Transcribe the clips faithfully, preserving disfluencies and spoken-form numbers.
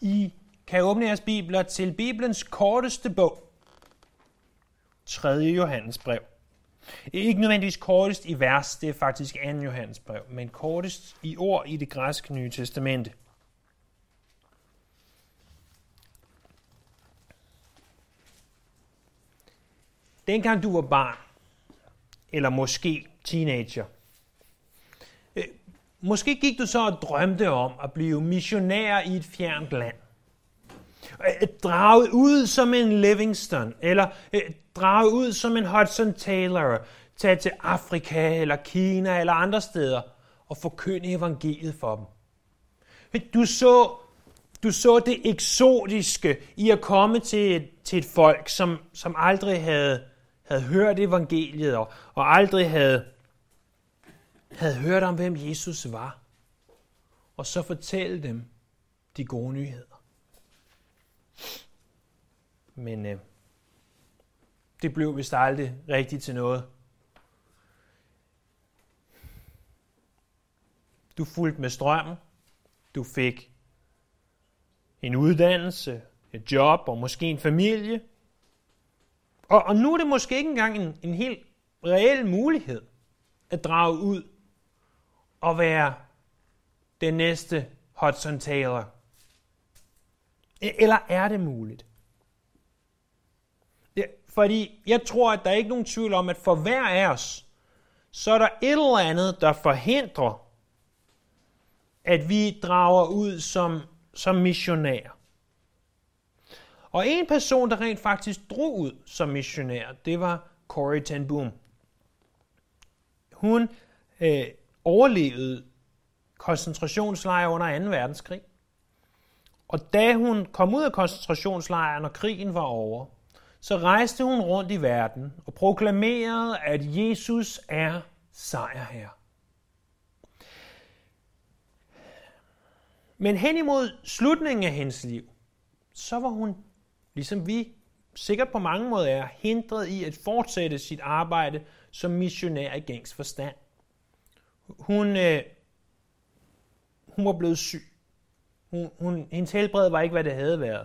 I kan åbne jeres bibler til Bibelens korteste bog, tredje Johannes brev. Ikke nødvendigvis kortest i vers, det er faktisk anden Johannes brev, men kortest i ord i det græske Nye Testamente. Dengang du var barn, eller måske teenager, måske gik du så og drømte om at blive missionær i et fjernt land. Drage ud som en Livingston, eller drage ud som en Hudson Taylor, tage til Afrika eller Kina eller andre steder og forkynde evangeliet for dem. Du så, du så det eksotiske i at komme til et, til et folk, som, som aldrig havde, havde hørt evangeliet og, og aldrig havde, havde hørt om, hvem Jesus var. Og så fortælle dem de gode nyheder. Men øh, det blev vist aldrig rigtigt til noget. Du fulgte med strømmen. Du fik en uddannelse, et job og måske en familie. Og, og nu er det måske ikke engang en, en helt reel mulighed at drage ud og være den næste Hudson Taylor. Eller er det muligt? Ja, fordi jeg tror, at der er ikke nogen tvivl om, at for hver af os, så er der et eller andet, der forhindrer, at vi drager ud som, som missionærer. Og en person, der rent faktisk drog ud som missionær, det var Corrie ten Boom. Hun øh, overlevede koncentrationslejre under anden verdenskrig. Og da hun kom ud af koncentrationslejren, og krigen var over, så rejste hun rundt i verden og proklamerede, at Jesus er sejrherre. Men hen imod slutningen af hendes liv, så var hun, ligesom vi sikkert på mange måder er, hindret i at fortsætte sit arbejde som missionær i gængs forstand. Hun, øh, hun var blevet syg. Hun, hun, hendes helbred var ikke, hvad det havde været.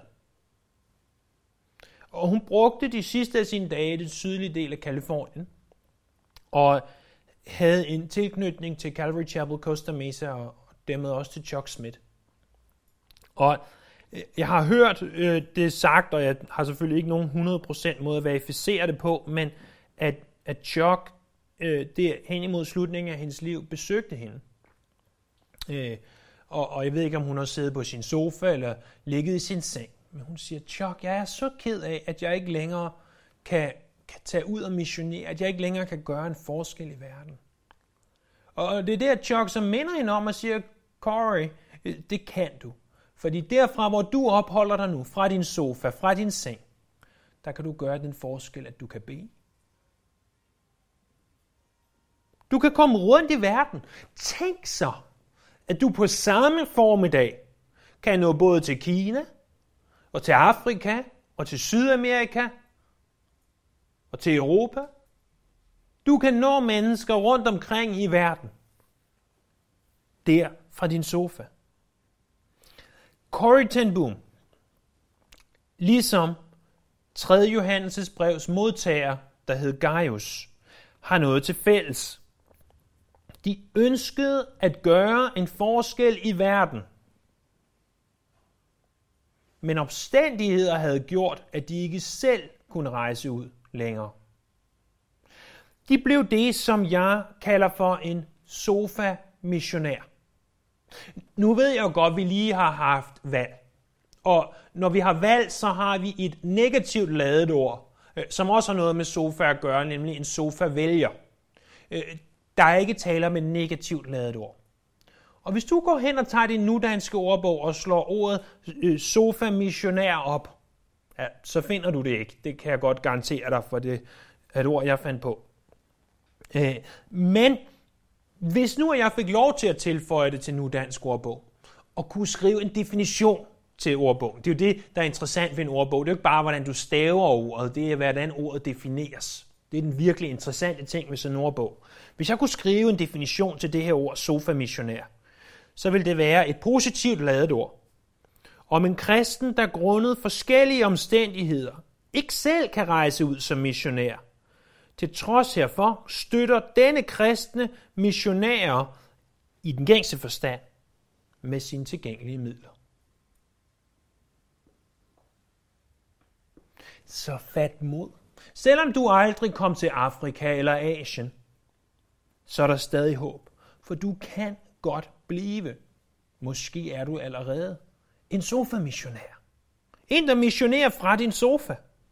Og hun brugte de sidste af sine dage i den sydlige del af Californien, og havde en tilknytning til Calvary Chapel, Costa Mesa, og dermed også til Chuck Smith. Og jeg har hørt øh, det sagt, og jeg har selvfølgelig ikke nogen hundrede procent måde at verificere det på, men at, at Chuck øh, det, hen imod slutningen af hendes liv besøgte hende. Øh, og, og jeg ved ikke, om hun har siddet på sin sofa eller ligget i sin seng. Men hun siger, Chuck, jeg er så ked af, at jeg ikke længere kan, kan tage ud og missionere, at jeg ikke længere kan gøre en forskel i verden. Og det er der, Chuck så minder hende om og siger, Corrie, det kan du. Fordi derfra, hvor du opholder dig nu, fra din sofa, fra din seng, der kan du gøre den forskel, at du kan bede. Du kan komme rundt i verden. Tænk så, at du på samme formiddag kan nå både til Kina, og til Afrika, og til Sydamerika, og til Europa. Du kan nå mennesker rundt omkring i verden. Der fra din sofa. Corrie ten Boom, ligesom tredje Johannes' brevs modtager, der hed Gaius, har noget til fælles. De ønskede at gøre en forskel i verden. Men omstændigheder havde gjort, at de ikke selv kunne rejse ud længere. De blev det, som jeg kalder for en sofa-missionær. Nu ved jeg jo godt, at vi lige har haft valg. Og når vi har valg, så har vi et negativt ladet ord, som også har noget med sofa at gøre, nemlig en sofa-vælger. Der er ikke tale om et negativt ladet ord. Og hvis du går hen og tager din nudanske ordbog og slår ordet sofa-missionær op, ja, så finder du det ikke. Det kan jeg godt garantere dig, for det er et ord, jeg fandt på. Men hvis nu jeg fik lov til at tilføje det til nudansk ordbog, og kunne skrive en definition til ordbogen, det er jo det, der er interessant ved en ordbog. Det er jo ikke bare, hvordan du staver ordet, det er, hvordan ordet defineres. Det er den virkelig interessante ting ved sådan en ordbog. Hvis jeg kunne skrive en definition til det her ord, sofa-missionær, så vil det være et positivt ladet ord. om en kristen, der grundet forskellige omstændigheder ikke selv kan rejse ud som missionær. Til trods herfor støtter denne kristne missionærer i den gængse forstand med sine tilgængelige midler. Så fat mod. Selvom du aldrig kom til Afrika eller Asien, så er der stadig håb, for du kan godt blive. Måske er du allerede en sofa-missionær. En, der missionerer fra din sofa.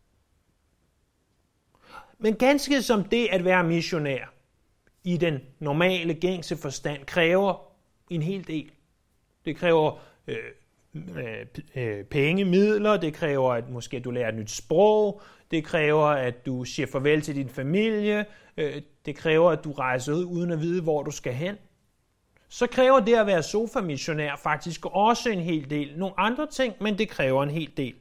Men ganske som det at være missionær i den normale gængse forstand kræver en hel del. Det kræver øh, øh, penge, midler, det kræver, at måske du lærer et nyt sprog, det kræver, at du siger farvel til din familie, øh, det kræver, at du rejser ud uden at vide, hvor du skal hen. Så kræver det at være sofa-missionær faktisk også en hel del. Nogle andre ting, men det kræver en hel del.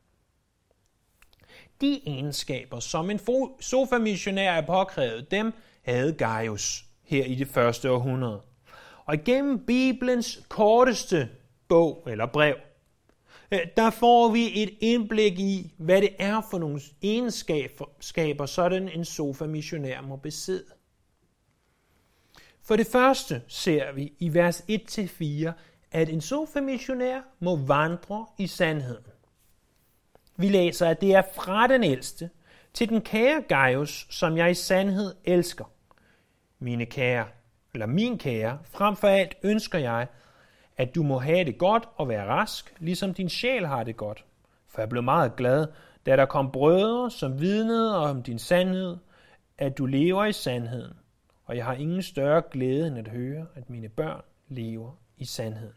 De egenskaber, som en sofa-missionær er påkrævet, dem havde Gaius her i det første århundrede. Og igennem Bibelens korteste bog eller brev, der får vi et indblik i, hvad det er for nogle egenskaber, sådan en sofa-missionær må besidde. For det første ser vi i vers et til fire, at en sofa-missionær må vandre i sandheden. Vi læser, at det er fra den ældste til den kære Gaius, som jeg i sandhed elsker. Mine kære, eller min kære, frem for alt ønsker jeg, at du må have det godt og være rask, ligesom din sjæl har det godt. For jeg blev meget glad, da der kom brødre, som vidnede om din sandhed, at du lever i sandheden. Og jeg har ingen større glæde end at høre, at mine børn lever i sandheden.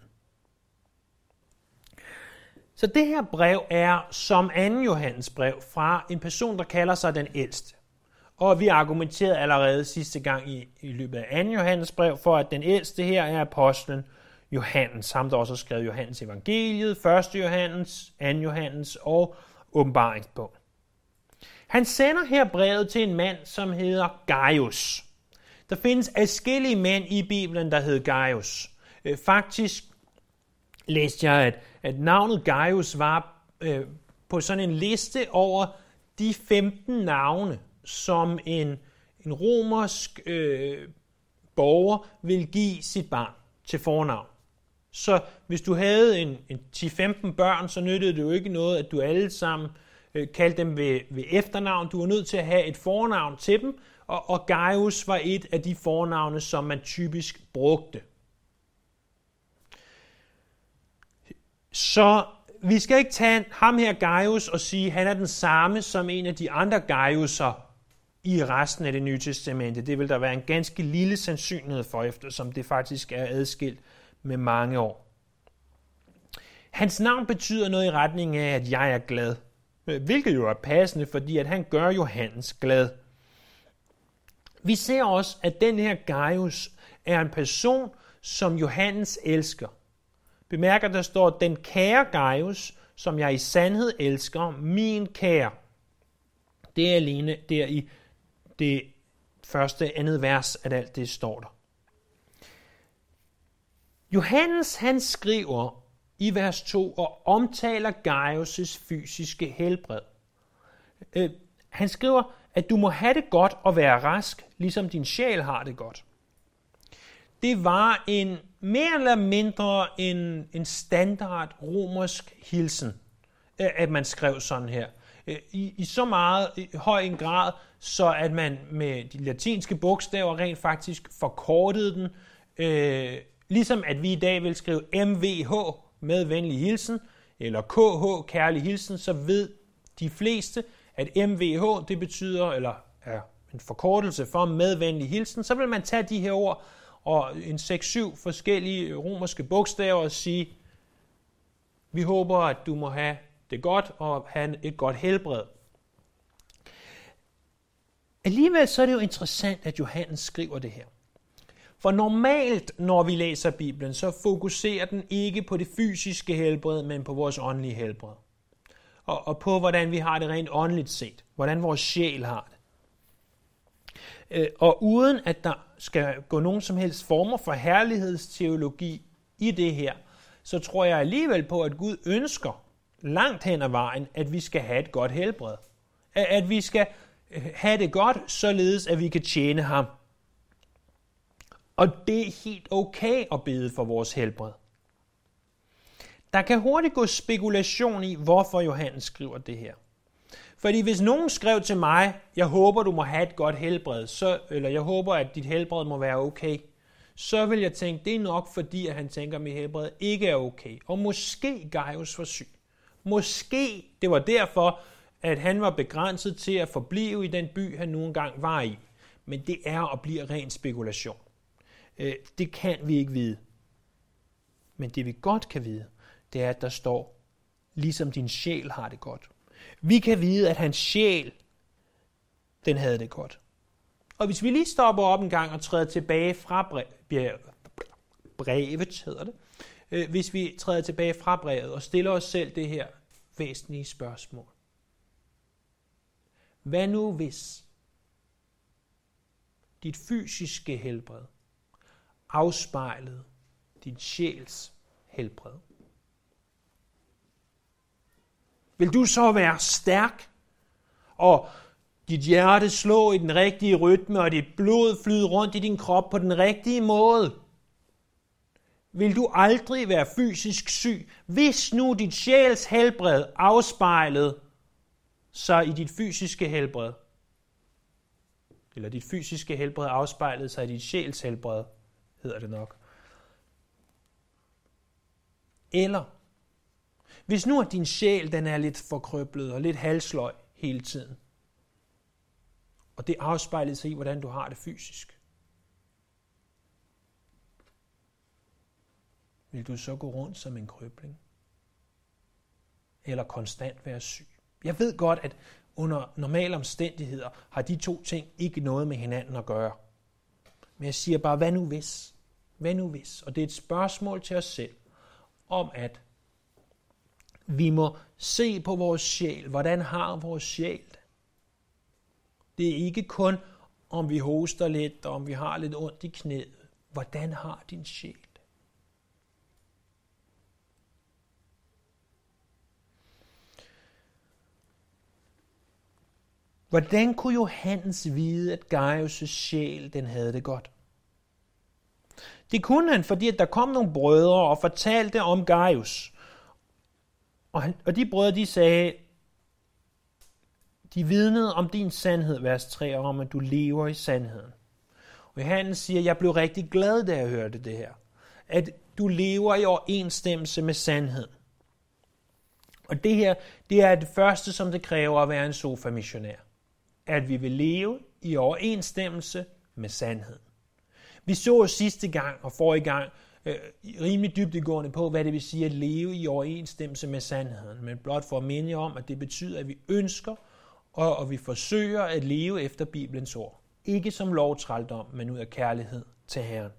Så det her brev er som anden Johannes brev fra en person, der kalder sig den ældste. Og vi argumenterede allerede sidste gang i, i løbet af anden Johannes brev for, at den ældste her er apostlen Johannes, ham der også har skrevet Johannes evangeliet, første Johannes, anden Johannes og åbenbaringsbog. Han sender her brevet til en mand, som hedder Gaius. Der findes adskillige mænd i Bibelen, der hedder Gaius. Faktisk læste jeg, at, at navnet Gaius var øh, på sådan en liste over de femten navne, som en, en romersk øh, borger vil give sit barn til fornavn. Så hvis du havde en, en ti til femten børn, så nyttede det jo ikke noget, at du alle sammen øh, kaldte dem ved, ved efternavn. Du var nødt til at have et fornavn til dem, og, og Gaius var et af de fornavne, som man typisk brugte. Så vi skal ikke tage ham her Gaius og sige, at han er den samme som en af de andre Gaiuser i resten af det nye testamente. Det vil der være en ganske lille sandsynlighed for, eftersom det faktisk er adskilt med mange år. Hans navn betyder noget i retning af, at jeg er glad. Hvilket jo er passende, fordi at han gør Johannes glad. Vi ser også, at den her Gaius er en person, som Johannes elsker. Bemærker, der står, den kære Gaius, som jeg i sandhed elsker, min kære. Det er alene der i det første andet vers, at alt det står der. Johannes, han skriver i vers to og omtaler Gaius' fysiske helbred. Øh, han skriver, at du må have det godt og være rask, ligesom din sjæl har det godt. Det var en mere eller mindre en, en standard romersk hilsen, at man skrev sådan her. I, i så meget i høj en grad, så at man med de latinske bogstaver rent faktisk forkortede den, øh, ligesom at vi i dag vil skrive M V H med venlig hilsen, eller K H kærlig hilsen, så ved de fleste, at M V H det betyder, eller er en forkortelse for med venlig hilsen, så vil man tage de her ord og en seks syv forskellige romerske bogstaver og sige, vi håber, at du må have det godt og have et godt helbred. Alligevel så er det jo interessant, at Johannes skriver det her. For normalt, når vi læser Bibelen, så fokuserer den ikke på det fysiske helbred, men på vores åndelige helbred. Og, og på, hvordan vi har det rent åndeligt set. Hvordan vores sjæl har det. Og uden at der skal gå nogen som helst former for herlighedsteologi i det her, så tror jeg alligevel på, at Gud ønsker langt hen ad vejen, at vi skal have et godt helbred. At vi skal have det godt, således at vi kan tjene ham. Og det er helt okay at bede for vores helbred. Der kan hurtigt gå spekulation i, hvorfor Johannes skriver det her. Fordi hvis nogen skrev til mig, jeg håber, du må have et godt helbred, så, eller jeg håber, at dit helbred må være okay, så vil jeg tænke, det er nok fordi, at han tænker, at mit helbred ikke er okay. Og måske Gaius var syg. Måske det var derfor, at han var begrænset til at forblive i den by, han nu engang var i. Men det er og bliver ren spekulation. Det kan vi ikke vide. Men det vi godt kan vide, det er, at der står, ligesom din sjæl har det godt. Vi kan vide, at hans sjæl, den havde det godt. Og hvis vi lige stopper op en gang og træder tilbage fra brevet, hedder det, hvis vi træder tilbage fra brevet og stiller os selv det her væsentlige spørgsmål. Hvad nu hvis dit fysiske helbred afspejlede din sjæls helbred? Vil du så være stærk, og dit hjerte slå i den rigtige rytme, og dit blod flyde rundt i din krop på den rigtige måde? Vil du aldrig være fysisk syg, hvis nu dit sjæls helbred afspejlede sig i dit fysiske helbred? Eller dit fysiske helbred afspejlede sig i dit sjæls helbred, hedder det nok. Eller hvis nu at din sjæl den er lidt forkrøblet og lidt halsløg hele tiden, og det afspejler sig i, hvordan du har det fysisk, vil du så gå rundt som en krøbling? Eller konstant være syg? Jeg ved godt, at under normale omstændigheder har de to ting ikke noget med hinanden at gøre. Men jeg siger bare, hvad nu hvis? Hvad nu hvis? Og det er et spørgsmål til os selv, om at vi må se på vores sjæl. Hvordan har vores sjæl det? Det er ikke kun, om vi hoster lidt, og om vi har lidt ondt i knæet. Hvordan har din sjæl det? Hvordan kunne Johannes vide, at Gaius' sjæl, den havde det godt? Det kunne han, fordi at der kom nogle brødre og fortalte om Gaius. Og, han, og de brødre, de sagde, de vidnede om din sandhed, vers tre, og om at du lever i sandheden. Og Johannes siger, jeg blev rigtig glad, da jeg hørte det her. At du lever i overensstemmelse med sandheden. Og det her, det er det første, som det kræver at være en sofa-missionær. At vi vil leve i overensstemmelse med sandheden. Vi så sidste gang og forrige gang øh, rimelig dybdegående på, hvad det vil sige at leve i overensstemmelse med sandheden. Men blot for at minde jer om, at det betyder, at vi ønsker og, og vi forsøger at leve efter Bibelens ord. Ikke som lovtrældom, men ud af kærlighed til Herren.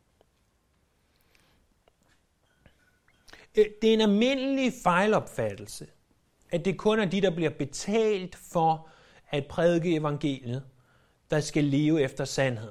Det er en almindelig fejlopfattelse, at det kun er de, der bliver betalt for at prædike evangeliet, der skal leve efter sandheden.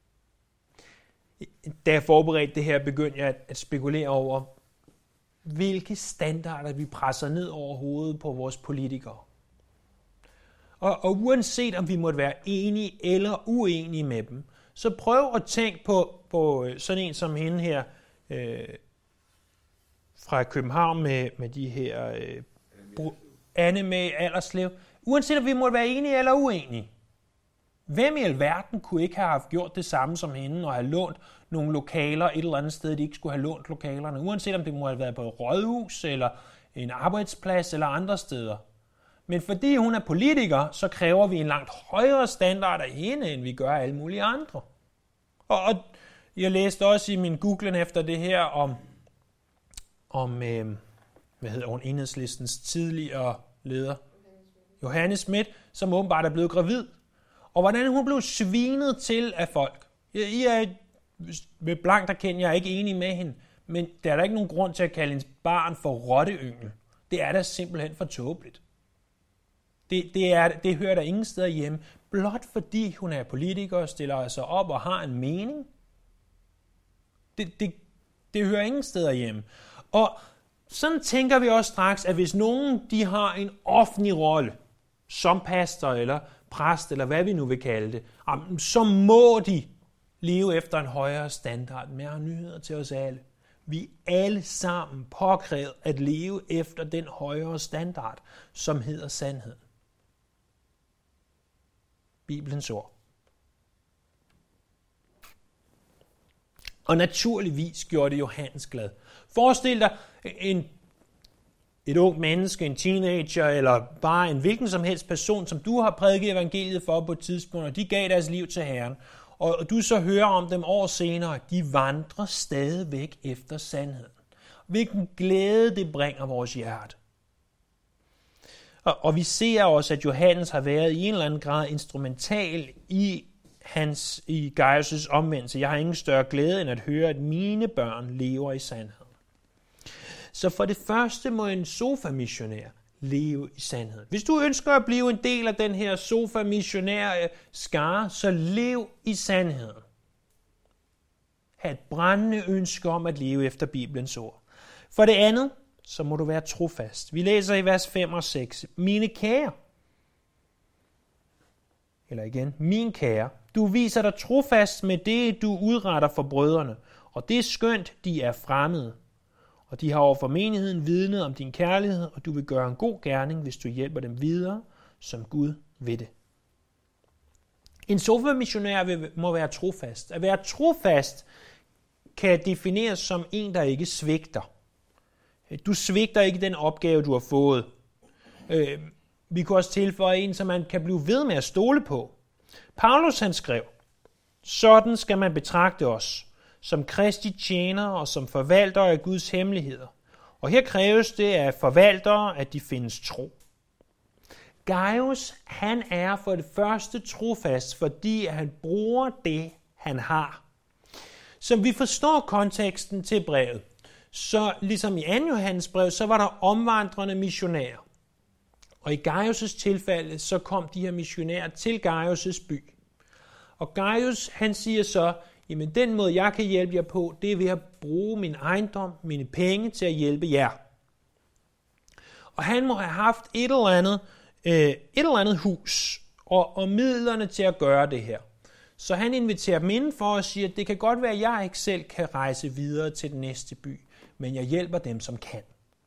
Da jeg forberedte det her, begyndte jeg at spekulere over, hvilke standarder vi presser ned over hovedet på vores politikere. Og, og uanset om vi måtte være enige eller uenige med dem, så prøv at tænke på, på sådan en som hende her øh, fra København med, med de her øh, bro, Anne med Alderslev. Uanset om vi måtte være enige eller uenige. Hvem i alverden kunne ikke have haft gjort det samme som hende og have lånt nogle lokaler et eller andet sted, de ikke skulle have lånt lokalerne, uanset om det må have været på et rådhus eller en arbejdsplads eller andre steder. Men fordi hun er politiker, så kræver vi en langt højere standard af hende, end vi gør af alle mulige andre. Og, og jeg læste også i min googlen efter det her om, om øh, hvad hedder hun, Enhedslistens tidligere leder, Johanne Schmidt, som åbenbart er blevet gravid. Og hvordan hun blev svinet til af folk. I er med blankt erkende, jeg er ikke enig med hende, men der er der ikke nogen grund til at kalde hendes barn for rotteyngel. Det er da simpelthen for tåbeligt. Det, det, er, det hører der ingen steder hjemme, blot fordi hun er politiker og stiller sig op og har en mening. Det, det, det hører ingen steder hjemme. Og sådan tænker vi også straks, at hvis nogen de har en offentlig rolle, som pastor eller præst, eller hvad vi nu vil kalde det, så må de leve efter en højere standard. Med at nyheder til os alle. Vi er alle sammen påkrævet at leve efter den højere standard, som hedder sandhed. Bibelens ord. Og naturligvis gjorde det Johannes glad. Forestil dig en, et ung menneske, en teenager, eller bare en hvilken som helst person, som du har prædiket evangeliet for på et tidspunkt, og de gav deres liv til Herren. Og du så hører om dem år senere, de vandrer stadigvæk efter sandheden. Hvilken glæde det bringer vores hjerte. Og, og vi ser også, at Johannes har været i en eller anden grad instrumental i hans i Gaius' omvendelse. Jeg har ingen større glæde end at høre, at mine børn lever i sandheden. Så for det første må en sofa-missionær leve i sandheden. Hvis du ønsker at blive en del af den her sofa-missionære skare, så lev i sandheden. Ha' et brændende ønske om at leve efter Bibelens ord. For det andet, så må du være trofast. Vi læser i vers fem og seks. Mine kære, eller igen, min kære, du viser dig trofast med det, du udretter for brødrene, og det er skønt, de er fremmede. Og de har overfor menigheden vidnet om din kærlighed, og du vil gøre en god gerning, hvis du hjælper dem videre, som Gud vil det. En sofa-missionær må være trofast. At være trofast kan defineres som en, der ikke svigter. Du svigter ikke den opgave, du har fået. Vi kan også tilføje en, som man kan blive ved med at stole på. Paulus han skrev, sådan skal man betragte os, som Kristi tjenere og som forvaltere af Guds hemmeligheder. Og her kræves det af forvaltere, at de findes tro. Gaius, han er for det første trofast, fordi han bruger det, han har. Som vi forstår konteksten til brevet, så ligesom i anden Johannes brev, så var der omvandrende missionærer. Og i Gaius' tilfælde, så kom de her missionærer til Gaius' by. Og Gaius, han siger så, jamen den måde, jeg kan hjælpe jer på, det er ved at bruge min ejendom, mine penge til at hjælpe jer. Og han må have haft et eller andet, øh, et eller andet hus og, og midlerne til at gøre det her. Så han inviterer dem indenfor og siger, at det kan godt være, at jeg ikke selv kan rejse videre til den næste by, men jeg hjælper dem, som kan.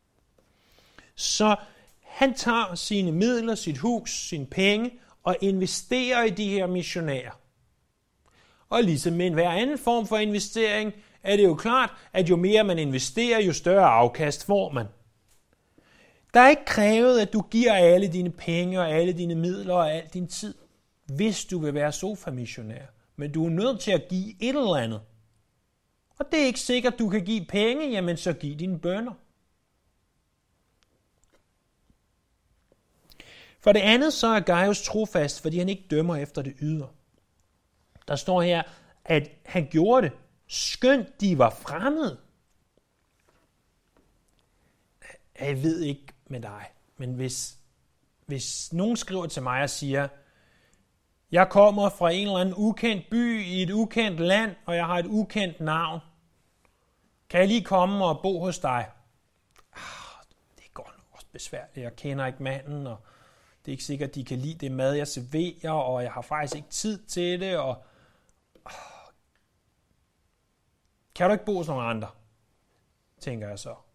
Så han tager sine midler, sit hus, sine penge og investerer i de her missionærer. Og ligesom med hver anden form for investering, er det jo klart, at jo mere man investerer, jo større afkast får man. Der er ikke krævet, at du giver alle dine penge og alle dine midler og al din tid, hvis du vil være sofa-missionær. Men du er nødt til at give et eller andet. Og det er ikke sikkert, at du kan give penge, jamen så giv dine bønner. For det andet så er Gaius trofast, fordi han ikke dømmer efter det ydre. Der står her, at han gjorde det, skønt de var fremmede. Jeg ved ikke med dig, men hvis, hvis nogen skriver til mig og siger, jeg kommer fra en eller anden ukendt by i et ukendt land, og jeg har et ukendt navn, kan jeg lige komme og bo hos dig? Ah, det er godt nok også besværligt, jeg kender ikke manden, og det er ikke sikkert, at de kan lide det mad, jeg serverer, og jeg har faktisk ikke tid til det, og kan du ikke bo hos nogle andre? Tænker jeg så.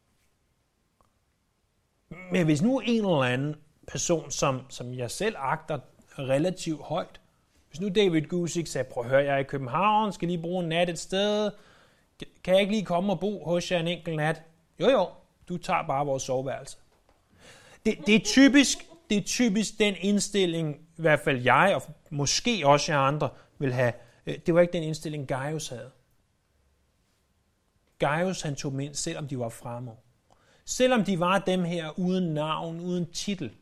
Men hvis nu en eller anden person, som, som jeg selv agter relativt højt, hvis nu David Guzik sagde, prøv at høre, jeg er i København, skal lige bruge en nat et sted, kan jeg ikke lige komme og bo hos jer en enkelt nat? Jo jo, du tager bare vores soveværelse. Det, det, er typisk, det er typisk den indstilling, i hvert fald jeg, og måske også jer andre, vil have. Det var ikke den indstilling, Gaius havde. Gaius han tog dem ind, selvom de var fremmede. Selvom de var dem her uden navn, uden titel.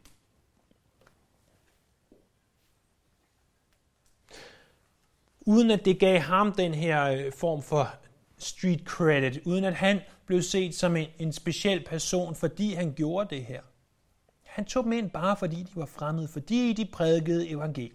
Uden at det gav ham den her form for street credit. Uden at han blev set som en, en speciel person, fordi han gjorde det her. Han tog dem ind bare fordi de var fremmede, fordi de prædikede evangeliet.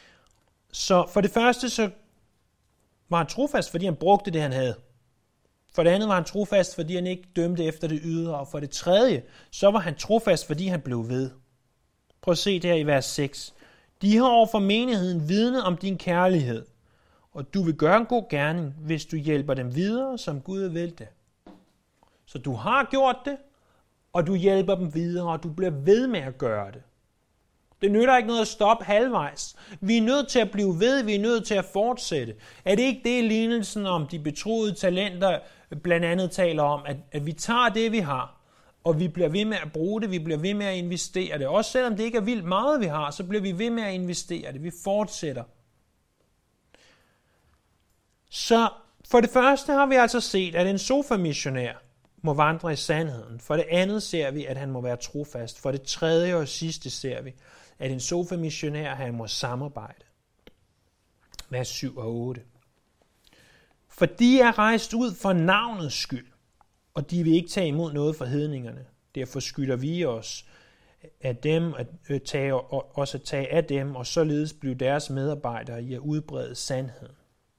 Så for det første så var han trofast, fordi han brugte det, han havde. For det andet var han trofast, fordi han ikke dømte efter det ydre. Og for det tredje, så var han trofast, fordi han blev ved. Prøv at se det her i vers seks. De har overfor menigheden vidne om din kærlighed, og du vil gøre en god gerning, hvis du hjælper dem videre, som Gud vil det. Så du har gjort det, og du hjælper dem videre, og du bliver ved med at gøre det. Det nytter ikke noget at stoppe halvvejs. Vi er nødt til at blive ved, vi er nødt til at fortsætte. Er det ikke det, lignelsen om de betroede talenter blandt andet taler om, at, at vi tager det, vi har, og vi bliver ved med at bruge det, vi bliver ved med at investere det. Også selvom det ikke er vildt meget, vi har, så bliver vi ved med at investere det. Vi fortsætter. Så for det første har vi altså set, at en sofamissionær må vandre i sandheden. For det andet ser vi, at han må være trofast. For det tredje og sidste ser vi, at en sofamissionær, han må samarbejde. Vers syv og otte. For de er rejst ud for navnets skyld, og de vil ikke tage imod noget fra hedningerne. Derfor skylder vi os af dem, at tage, og også at tage af dem, og således blive deres medarbejdere i at udbrede sandheden.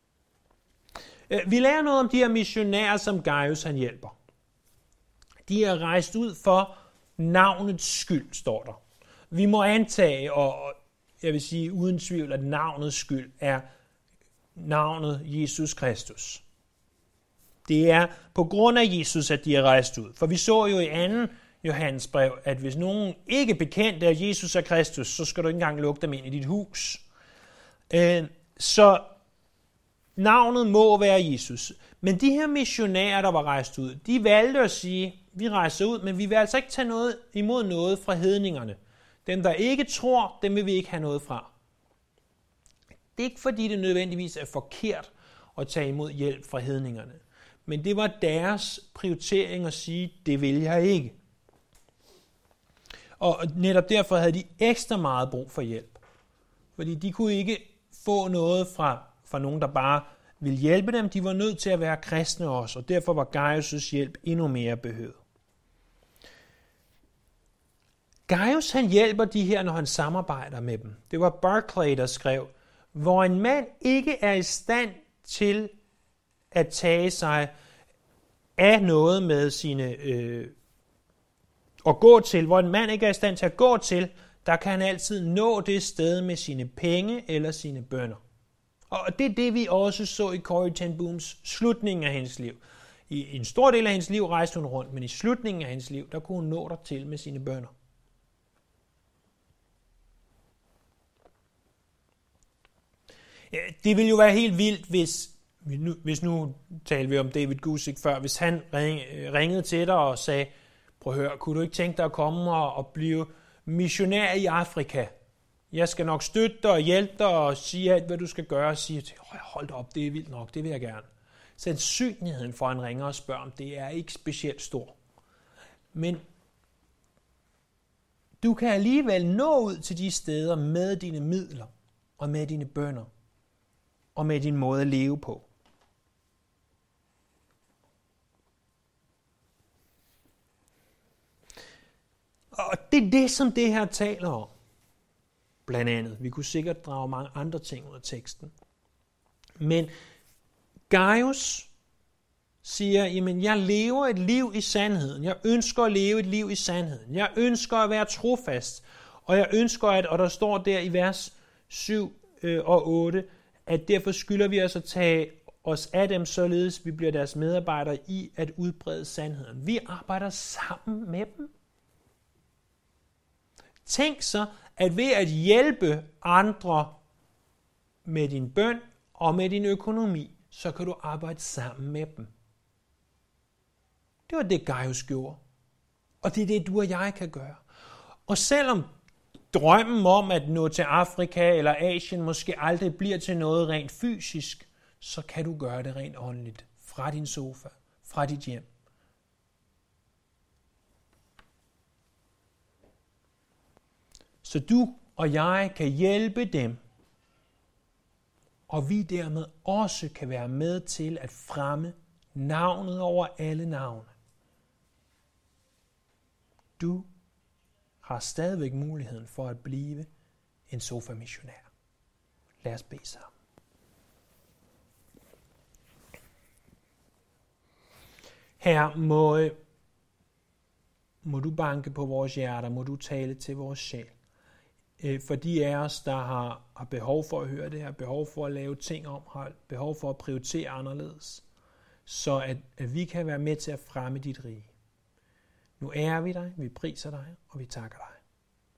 Vi lærer noget om de her missionærer, som Gaius han hjælper. De er rejst ud for navnets skyld, står der. Vi må antage, og jeg vil sige uden tvivl, at navnets skyld er navnet Jesus Kristus. Det er på grund af Jesus, at de er rejst ud. For vi så jo i anden Johannes brev, at hvis nogen ikke bekendte, at Jesus er Kristus, så skal du ikke engang lukke dem ind i dit hus. Så navnet må være Jesus. Men de her missionærer, der var rejst ud, de valgte at sige, vi rejser ud, men vi vil altså ikke tage noget imod noget fra hedningerne. Dem, der ikke tror, dem vil vi ikke have noget fra. Det er ikke fordi, det nødvendigvis er forkert at tage imod hjælp fra hedningerne. Men det var deres prioritering at sige, det vil jeg ikke. Og netop derfor havde de ekstra meget brug for hjælp. Fordi de kunne ikke få noget fra, fra nogen, der bare ville hjælpe dem. De var nødt til at være kristne også, og derfor var Gaius' hjælp endnu mere behøvet. Gaius han hjælper de her, når han samarbejder med dem. Det var Barclay, der skrev, hvor en mand ikke er i stand til at tage sig af noget med sine øh, og gå til, hvor en mand ikke er i stand til at gå til, der kan han altid nå det sted med sine penge eller sine bønner. Og det er det, vi også så i Corrie ten Booms slutningen af hendes liv. I en stor del af hendes liv rejste hun rundt, men i slutningen af hendes liv, der kunne hun nå der til med sine bønner. Ja, det ville jo være helt vildt, hvis, hvis nu talte vi om David Guzik før, hvis han ring, ringede til dig og sagde, prøv at høre, kunne du ikke tænke dig at komme og, og blive missionær i Afrika? Jeg skal nok støtte dig og hjælpe dig og sige alt, hvad du skal gøre, og sige til, hold da op, det er vildt nok, det vil jeg gerne. Sandsynligheden for, at han ringer og spørger om, det er ikke specielt stor. Men du kan alligevel nå ud til de steder med dine midler og med dine bønner og med din måde at leve på. Og det er det, som det her taler om. Blandt andet. Vi kunne sikkert drage mange andre ting ud af teksten. Men Gaius siger, jamen jeg lever et liv i sandheden. Jeg ønsker at leve et liv i sandheden. Jeg ønsker at være trofast. Og jeg ønsker, at, og der står der i vers syv og otte, at derfor skylder vi os at tage os af dem, således vi bliver deres medarbejdere i at udbrede sandheden. Vi arbejder sammen med dem. Tænk så, at ved at hjælpe andre med din bøn og med din økonomi, så kan du arbejde sammen med dem. Det var det, Gaius gjorde. Og det er det, du og jeg kan gøre. Og selvom drømmen om at nå til Afrika eller Asien måske aldrig bliver til noget rent fysisk, så kan du gøre det rent åndeligt fra din sofa, fra dit hjem. Så du og jeg kan hjælpe dem, og vi dermed også kan være med til at fremme navnet over alle navne. Du har stadigvæk muligheden for at blive en sofamissionær. Lad os bede sammen. Herre, må, må du banke på vores hjerter, må du tale til vores sjæl. For de af os, der har, har behov for at høre det her, behov for at lave ting om, har behov for at prioritere anderledes, så at, at vi kan være med til at fremme dit rige. Nu ærer vi dig, vi priser dig, og vi takker dig.